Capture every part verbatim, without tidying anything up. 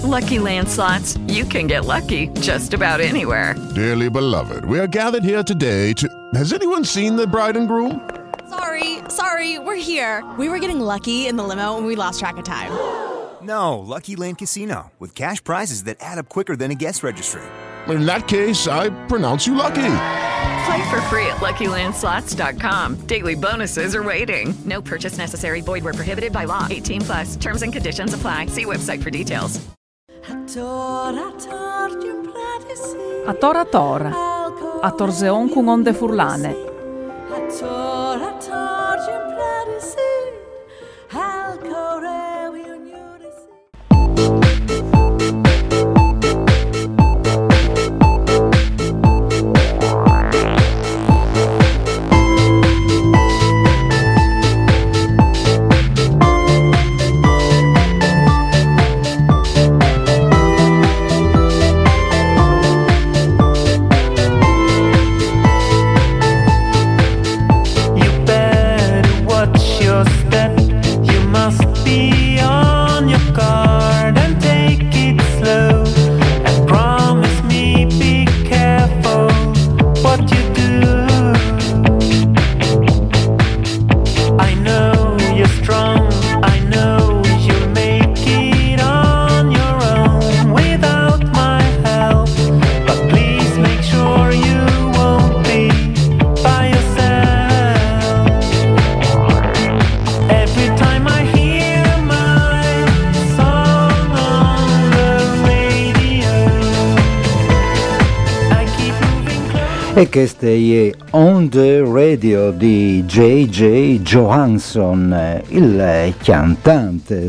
Lucky Land Slots, you can get lucky just about anywhere. Dearly beloved, we are gathered here today to... Has anyone seen the bride and groom? Sorry, sorry, we're here. We were getting lucky in the limo and we lost track of time. No, Lucky Land Casino, with cash prizes that add up quicker than a guest registry. In that case, I pronounce you lucky. Play for free at Lucky Land Slots dot com. Daily bonuses are waiting. No purchase necessary. Void where prohibited by law. eighteen plus. Terms and conditions apply. See website for details. A tora tora, a torseon cun onde furlane. E questa è On the Radio di J J Johansson, il cantante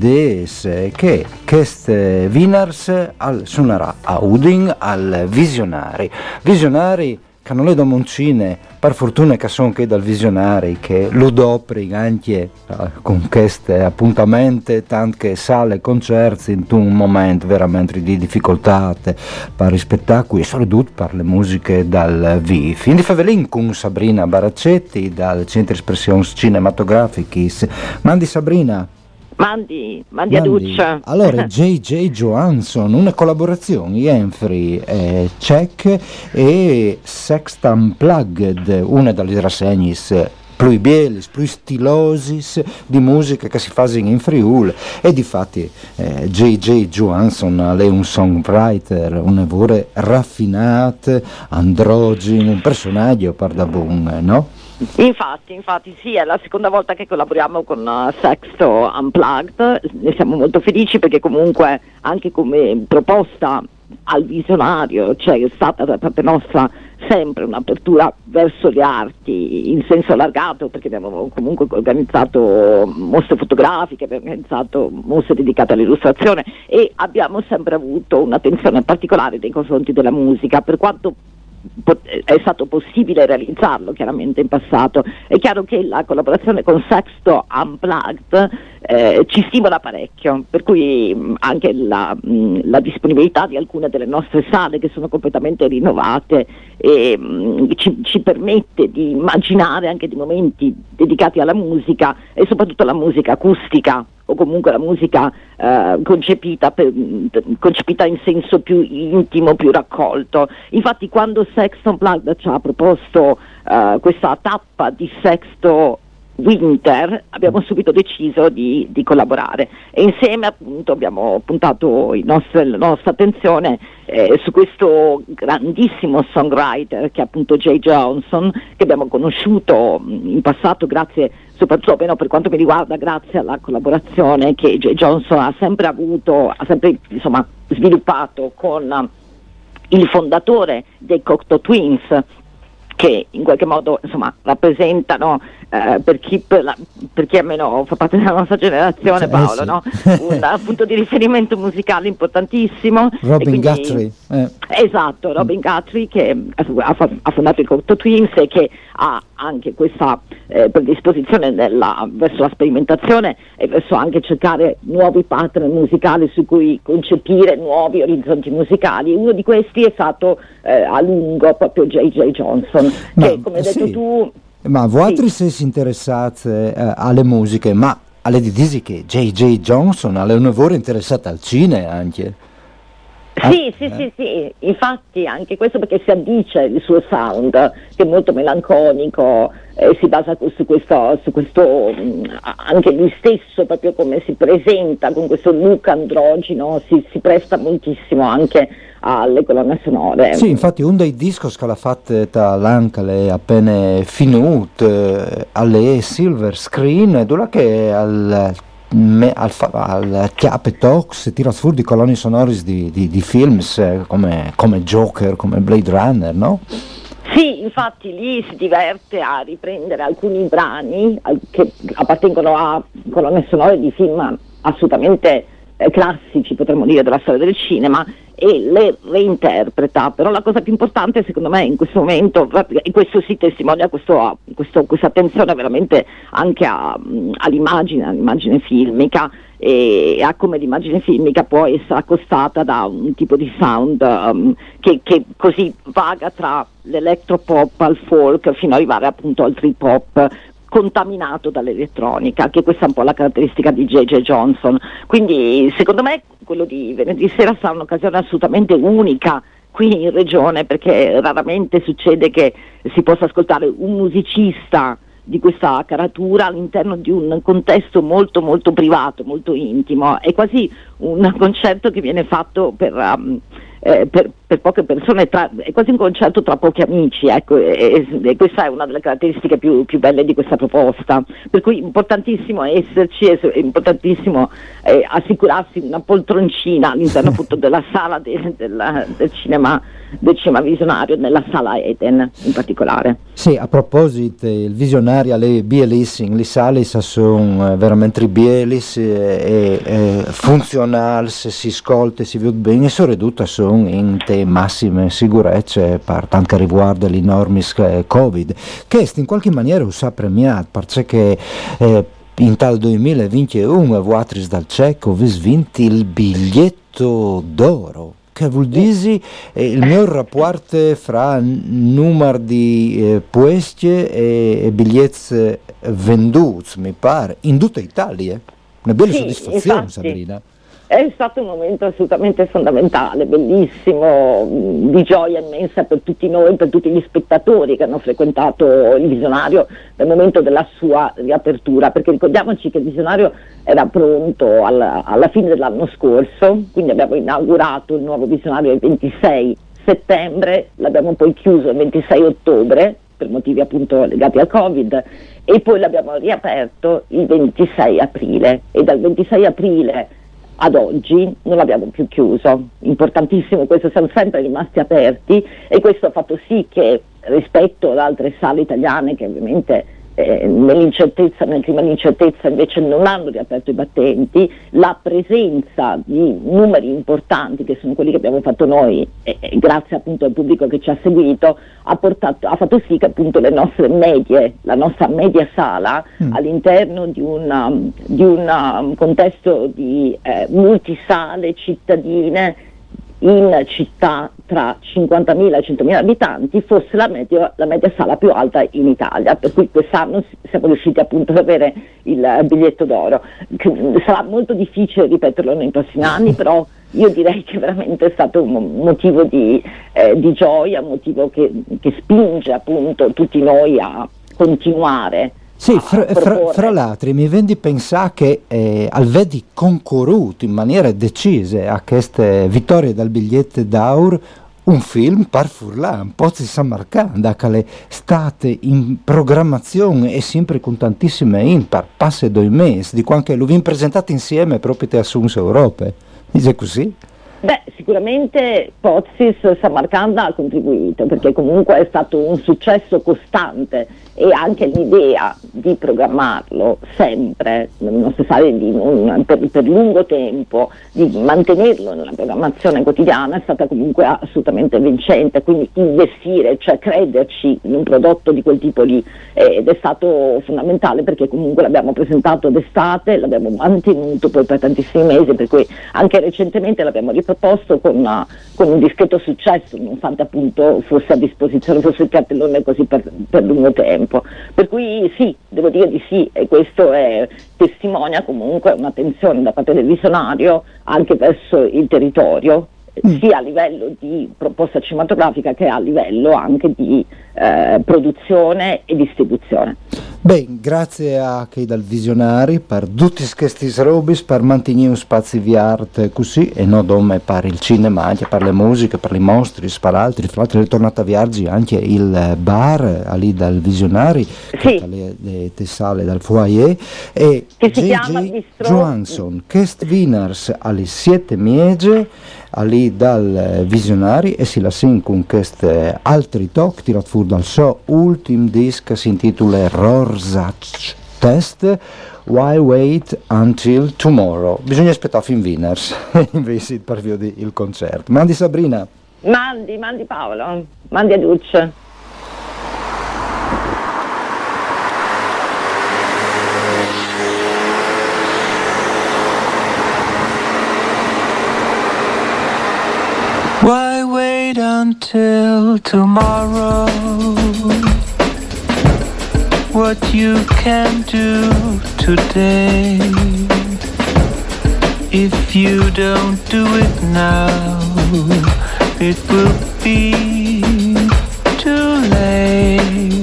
svedese che queste Wieners al, suonerà a Udin al Visionari. Visionari che non le do moncine, per fortuna che sono che dal Visionari che lo dopri anche uh, con queste appuntamenti, tanto che sale concerti in un momento veramente di difficoltà per rispettare qui, soprattutto per le musiche dal vivo. Quindi favelin con Sabrina Baraccetti dal Centro Espressioni Cinematografiche. Mandi Sabrina. Mandi, mandi, mandi a Duccia. Allora, J J Johansson, una collaborazione, Jenfrey eh, Check e Sext Unplugged, una delle rassegne più bielis, più stilosis di musica che si fa in Friuli, e difatti eh, J J Johansson è un songwriter, un lavoro raffinato, androgeno, un personaggio per da buon, no? Infatti, infatti sì, è la seconda volta che collaboriamo con uh, Sexto Unplugged, ne siamo molto felici perché comunque anche come proposta al visionario c'è stata da parte nostra sempre un'apertura verso le arti in senso allargato, perché abbiamo comunque organizzato mostre fotografiche, abbiamo organizzato mostre dedicate all'illustrazione e abbiamo sempre avuto un'attenzione particolare nei confronti della musica, per quanto è stato possibile realizzarlo chiaramente in passato. È chiaro che la collaborazione con Sexto Unplugged eh, ci stimola parecchio, per cui mh, anche la, mh, la disponibilità di alcune delle nostre sale che sono completamente rinnovate e mh, ci, ci permette di immaginare anche dei momenti dedicati alla musica e soprattutto alla musica acustica, o comunque la musica eh, concepita, per, concepita in senso più intimo, più raccolto. Infatti quando Sexto Unplugged ci ha proposto eh, questa tappa di Sexto Winter abbiamo subito deciso di, di collaborare e insieme appunto abbiamo puntato il nostro, la nostra attenzione eh, su questo grandissimo songwriter che è appunto J. Johansson, che abbiamo conosciuto in passato grazie soprattutto almeno per quanto mi riguarda grazie alla collaborazione che J. Johansson ha sempre avuto, ha sempre insomma sviluppato con il fondatore dei Cocteau Twins, che in qualche modo insomma rappresentano eh, per chi per, la, per chi almeno fa parte della nostra generazione, Paolo, eh sì. no? un punto di riferimento musicale importantissimo. Robin quindi, Guthrie eh. esatto, Robin Guthrie che ha, ha fondato i Cocteau Twins e che ha anche questa eh, predisposizione nella, verso la sperimentazione e verso anche cercare nuovi partner musicali su cui concepire nuovi orizzonti musicali. Uno di questi è stato eh, a lungo proprio J J Johansson, ma, che come hai detto sì. tu ma voi sì. siete interessati eh, alle musiche, ma alle di disi che J J Johnson è un lavoro interessato al cinema anche. Sì, ah, sì, eh. sì, sì, infatti anche questo perché si addice il suo sound che è molto melanconico, eh, si basa su questo, su questo mh, anche lui stesso proprio come si presenta con questo look androgino, si, si presta moltissimo anche alle colonne sonore. Sì, infatti uno dei discos che l'ha fatto da l'Ancale appena finito eh, alle Silver Screen, dove che al Me, al, al chiappe tox tira fuori di colonne sonore di, di, di film eh, come, come Joker, come Blade Runner, no? Sì, infatti lì si diverte a riprendere alcuni brani al, che appartengono a colonne sonore di film assolutamente eh, classici, potremmo dire, della storia del cinema, e le reinterpreta. Però la cosa più importante secondo me in questo momento, e questo si testimonia questo, questo, questa attenzione veramente anche a, all'immagine, all'immagine filmica, e a come l'immagine filmica può essere accostata da un tipo di sound um, che, che così vaga tra l'electropop al folk fino ad arrivare appunto al trip hop contaminato dall'elettronica, che questa è un po' la caratteristica di J J Johnson. Quindi secondo me quello di venerdì sera sarà un'occasione assolutamente unica qui in regione, perché raramente succede che si possa ascoltare un musicista di questa caratura all'interno di un contesto molto molto privato, molto intimo. È quasi un concerto che viene fatto per, um, eh, per, per poche persone, tra, è quasi un concerto tra pochi amici, ecco, e, e questa è una delle caratteristiche più, più belle di questa proposta, per cui importantissimo esserci, è importantissimo eh, assicurarsi una poltroncina all'interno appunto della sala de, del, del cinema del cinema visionario, nella sala Eden in particolare. Sì, a proposito, il visionario alle bellissime, le sale sono veramente bellissime e, e funzionali, si ascolta, si vede bene, e soprattutto sono in te massime sicurezze per tanto che riguarda l'enorme Covid, che in qualche maniera usa premiato, perché eh, in tal duemilaventuno Vuatris dal Cecco vi vinti il biglietto d'oro, che vuol dire eh, il mio rapporto fra numero di eh, poestie e, e biglietti venduti, mi pare, in tutta Italia. Una bella sì, soddisfazione, infatti, Sabrina. È stato un momento assolutamente fondamentale, bellissimo, di gioia immensa per tutti noi, per tutti gli spettatori che hanno frequentato il visionario nel momento della sua riapertura, perché ricordiamoci che il visionario era pronto alla, alla fine dell'anno scorso, quindi abbiamo inaugurato il nuovo visionario il ventisei settembre, l'abbiamo poi chiuso il ventisei ottobre per motivi appunto legati al Covid, e poi l'abbiamo riaperto il ventisei aprile, e dal ventisei aprile ad oggi non l'abbiamo più chiuso. Importantissimo questo, siamo sempre rimasti aperti, e questo ha fatto sì che rispetto ad altre sale italiane che ovviamente eh, nell'incertezza, nel clima di incertezza invece non hanno riaperto i battenti, la presenza di numeri importanti che sono quelli che abbiamo fatto noi, e, e grazie appunto al pubblico che ci ha seguito, ha, portato, ha fatto sì che appunto le nostre medie, la nostra media sala mm. all'interno di un, um, di un um, contesto di eh, multisale cittadine in città tra cinquantamila e centomila abitanti fosse la media, la media sala più alta in Italia, per cui quest'anno siamo riusciti appunto ad avere il biglietto d'oro. Sarà molto difficile ripeterlo nei prossimi anni, però io direi che veramente è stato un motivo di, eh, di gioia, un motivo che, che spinge appunto tutti noi a continuare. Sì, fra, fra, fra l'altro mi vendi pensare che eh, al vedi concorruto in maniera decisa a queste vittorie dal biglietto d'oro un film par Furlan, Pozzi San Marcanda, che è state in programmazione e sempre con tantissime in per passe due mesi, di quando lo abbiamo presentato insieme proprio a Assunse Europe. Dice così? Beh, sicuramente Pozzi San Marcanda ha contribuito, perché comunque è stato un successo costante, e anche l'idea di programmarlo sempre, non si sa, di un, per, per lungo tempo, di mantenerlo nella programmazione quotidiana è stata comunque assolutamente vincente, quindi investire, cioè crederci in un prodotto di quel tipo lì, eh, ed è stato fondamentale, perché comunque l'abbiamo presentato d'estate, l'abbiamo mantenuto poi per tantissimi mesi, per cui anche recentemente l'abbiamo riproposto con, con un discreto successo, nonostante appunto fosse a disposizione, fosse il cartellone così per, per lungo tempo. Per cui sì, devo dire di sì, e questo è, testimonia comunque un'attenzione da parte del visionario anche verso il territorio, sia a livello di proposta cinematografica che a livello anche di eh, produzione e distribuzione. Beh, grazie a chi dal visionari per tutti questi robis, per mantenere un spazio di arte così e non come per il cinema, anche per le musiche, per i mostri, per altri. Fra l'altro è tornato a Viaggi anche il bar lì dal visionari, sì, le, le, le sale dal foyer, e che si J chiama J Bistro Johansson, Kest Wieners alle siete miege lì dal visionari, e si la sin con questi altri talk tirat fuori dal suo ultimo disco, si intitola Rorschach Test. Why Wait Until Tomorrow? Bisogna aspettare fin Wieners invece per via di il concerto. Mandi Sabrina. Mandi, mandi Paolo, mandi a Duce. Why wait until tomorrow? What you can do today. If you don't do it now, it will be too late.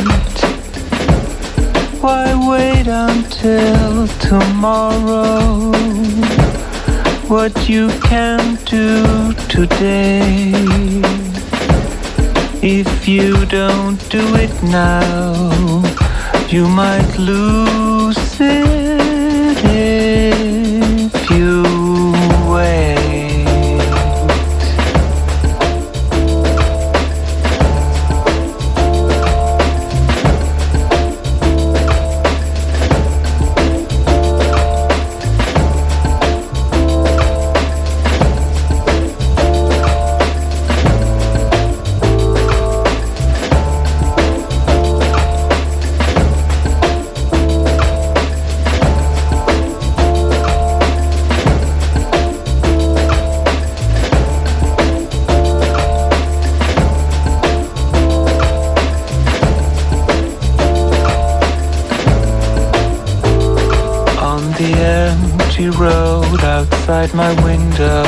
Why wait until tomorrow? What you can do today. If you don't do it now, you might lose it if you wait. Road outside my window,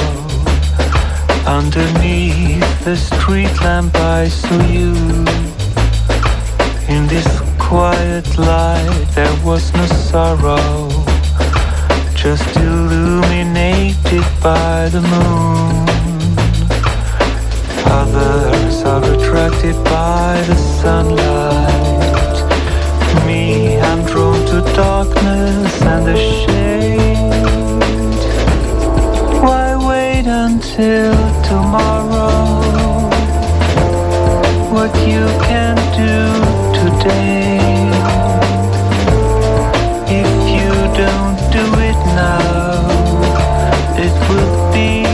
underneath the street lamp I saw you. In this quiet light there was no sorrow, just illuminated by the moon. Others are attracted by the sunlight. Me, I'm drawn to darkness and the shade. Why wait until tomorrow? What you can do today. If you don't do it now, it will be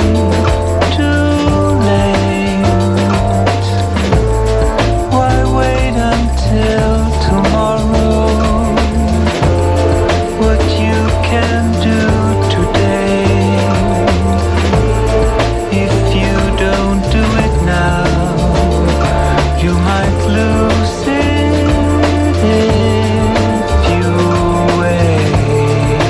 too late. Why wait until tomorrow? What you can do today. If you don't do it now, you might lose it if you wait.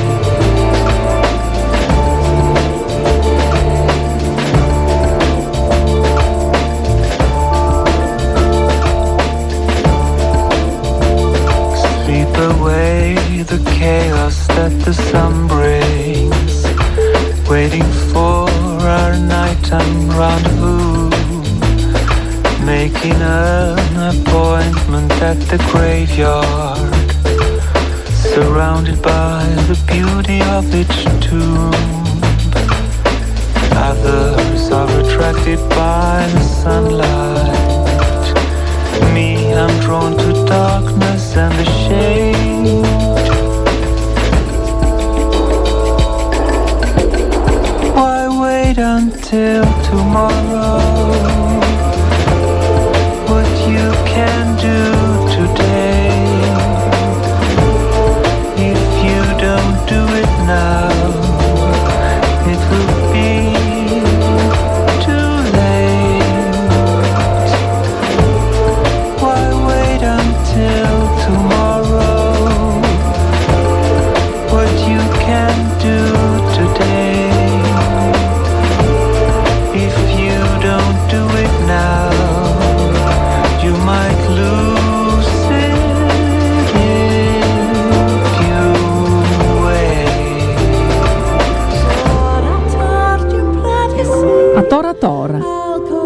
Sleep away the chaos that the sun brings, waiting for our nighttime rendezvous, making an appointment at the graveyard, surrounded by the beauty of its tomb. Others are attracted by the sunlight. Me, I'm drawn to darkness and the shade. Why wait until tomorrow? What you can do today. If you don't do it now, it will be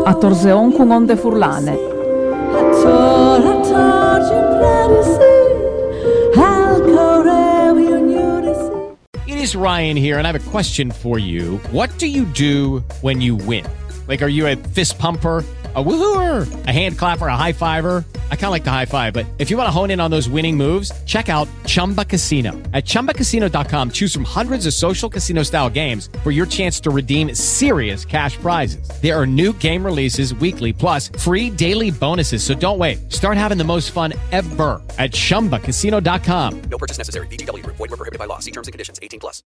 a Torseon con onde furlane. It is Ryan here, and I have a question for you. What do you do when you win? Like, are you a fist pumper, a woohooer, a hand clapper, a high fiver? I kind of like the high five, but if you want to hone in on those winning moves, check out Chumba Casino. At chumba casino dot com, choose from hundreds of social casino style games for your chance to redeem serious cash prizes. There are new game releases weekly, plus free daily bonuses. So don't wait. Start having the most fun ever at chumba casino dot com. No purchase necessary. V G W. Void where prohibited by law. See terms and conditions. eighteen plus.